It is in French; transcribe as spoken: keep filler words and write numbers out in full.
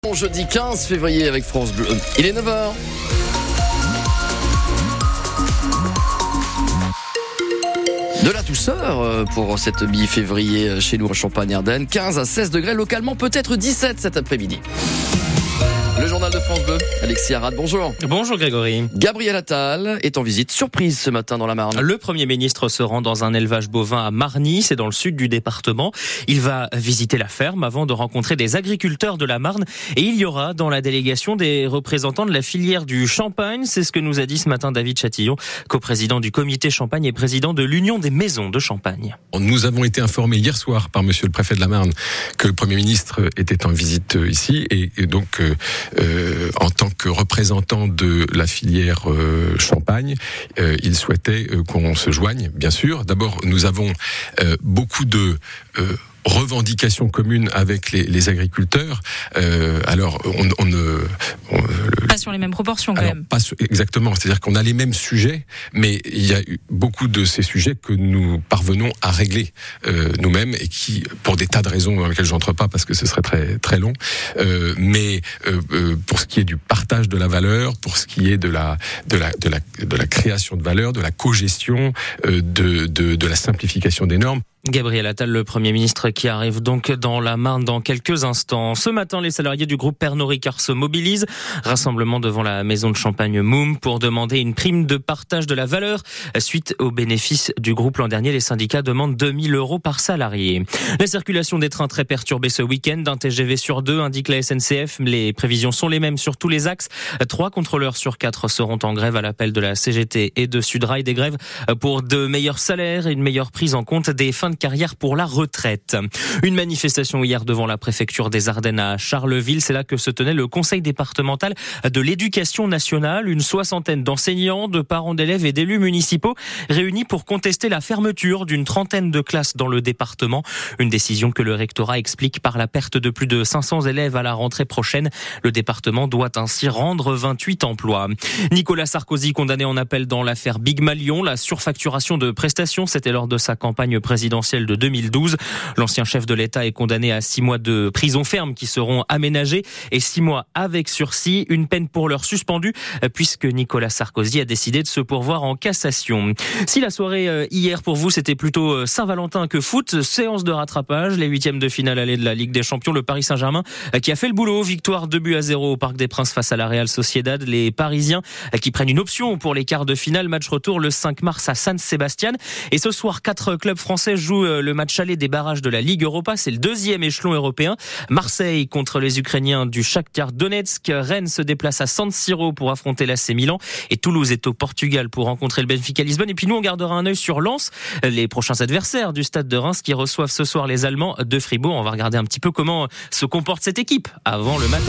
Bon, jeudi quinze février avec France Bleu. Il est neuf heures. De la douceur pour cette mi-février chez nous en Champagne-Ardenne. quinze à seize degrés, localement peut-être dix-sept cet après-midi. Le journal de France Bleu, Alexis Arad, bonjour. Bonjour Grégory. Gabriel Attal est en visite surprise ce matin dans la Marne. Le Premier ministre se rend dans un élevage bovin à Marny, c'est dans le sud du département. Il va visiter la ferme avant de rencontrer des agriculteurs de la Marne. Et il y aura dans la délégation des représentants de la filière du champagne. C'est ce que nous a dit ce matin David Chatillon, coprésident du comité champagne et président de l'Union des maisons de champagne. Nous avons été informés hier soir par monsieur le préfet de la Marne que le Premier ministre était en visite ici et, et donc euh, Euh, en tant que représentant de la filière euh, champagne, euh, il souhaitait euh, qu'on se joigne, bien sûr. D'abord, nous avons euh, beaucoup de euh, revendications communes avec les, les agriculteurs. Euh, alors, on, on ne on, pas sur les mêmes proportions, quand alors, même. Pas sur, exactement. C'est-à-dire qu'on a les mêmes sujets, mais il y a eu beaucoup de ces sujets que nous parvenons à régler euh, nous-mêmes et qui, pour des tas de raisons dans lesquelles j'entre pas parce que ce serait très très long, euh, mais euh, euh, pour ce qui est du partage de la valeur, pour ce qui est de la de la de la de la création de valeur, de la cogestion, euh, de, de de la simplification des normes. Gabriel Attal, le Premier ministre, qui arrive donc dans la Marne dans quelques instants. Ce matin, les salariés du groupe Pernod Ricard se mobilisent. Rassemblement devant la maison de champagne Moum pour demander une prime de partage de la valeur. Suite aux bénéfices du groupe l'an dernier, les syndicats demandent deux mille euros par salarié. La circulation des trains très perturbée ce week-end. Un T G V sur deux, indique la S N C F. Les prévisions sont les mêmes sur tous les axes. Trois contrôleurs sur quatre seront en grève à l'appel de la C G T et de Sudrail. Des grèves pour de meilleurs salaires et une meilleure prise en compte des fins de carrière pour la retraite. Une manifestation hier devant la préfecture des Ardennes à Charleville. C'est là que se tenait le conseil départemental de l'éducation nationale. Une soixantaine d'enseignants, de parents d'élèves et d'élus municipaux réunis pour contester la fermeture d'une trentaine de classes dans le département. Une décision que le rectorat explique par la perte de plus de cinq cents élèves à la rentrée prochaine. Le département doit ainsi rendre vingt-huit emplois. Nicolas Sarkozy condamné en appel dans l'affaire Big Malion. La surfacturation de prestations, c'était lors de sa campagne présidentielle de deux mille douze. L'ancien chef de l'État est condamné à six mois de prison ferme qui seront aménagés et six mois avec sursis, une peine pour l'heure suspendue puisque Nicolas Sarkozy a décidé de se pourvoir en cassation. Si la soirée hier pour vous c'était plutôt Saint-Valentin que foot, séance de rattrapage, les huitièmes de finale aller de la Ligue des Champions, le Paris Saint-Germain qui a fait le boulot, victoire deux buts à zéro au Parc des Princes face à la Real Sociedad, les Parisiens qui prennent une option pour les quarts de finale, match retour le cinq mars à San Sebastian et ce soir quatre clubs français jouent le match aller des barrages de la Ligue Europa, c'est le deuxième échelon européen. Marseille contre les Ukrainiens du Shakhtar Donetsk, Rennes se déplace à San Siro pour affronter l'A C Milan et Toulouse est au Portugal pour rencontrer le Benfica Lisbonne. Et puis nous on gardera un œil sur Lens, les prochains adversaires du Stade de Reims qui reçoivent ce soir les Allemands de Fribourg. On va regarder un petit peu comment se comporte cette équipe avant le match.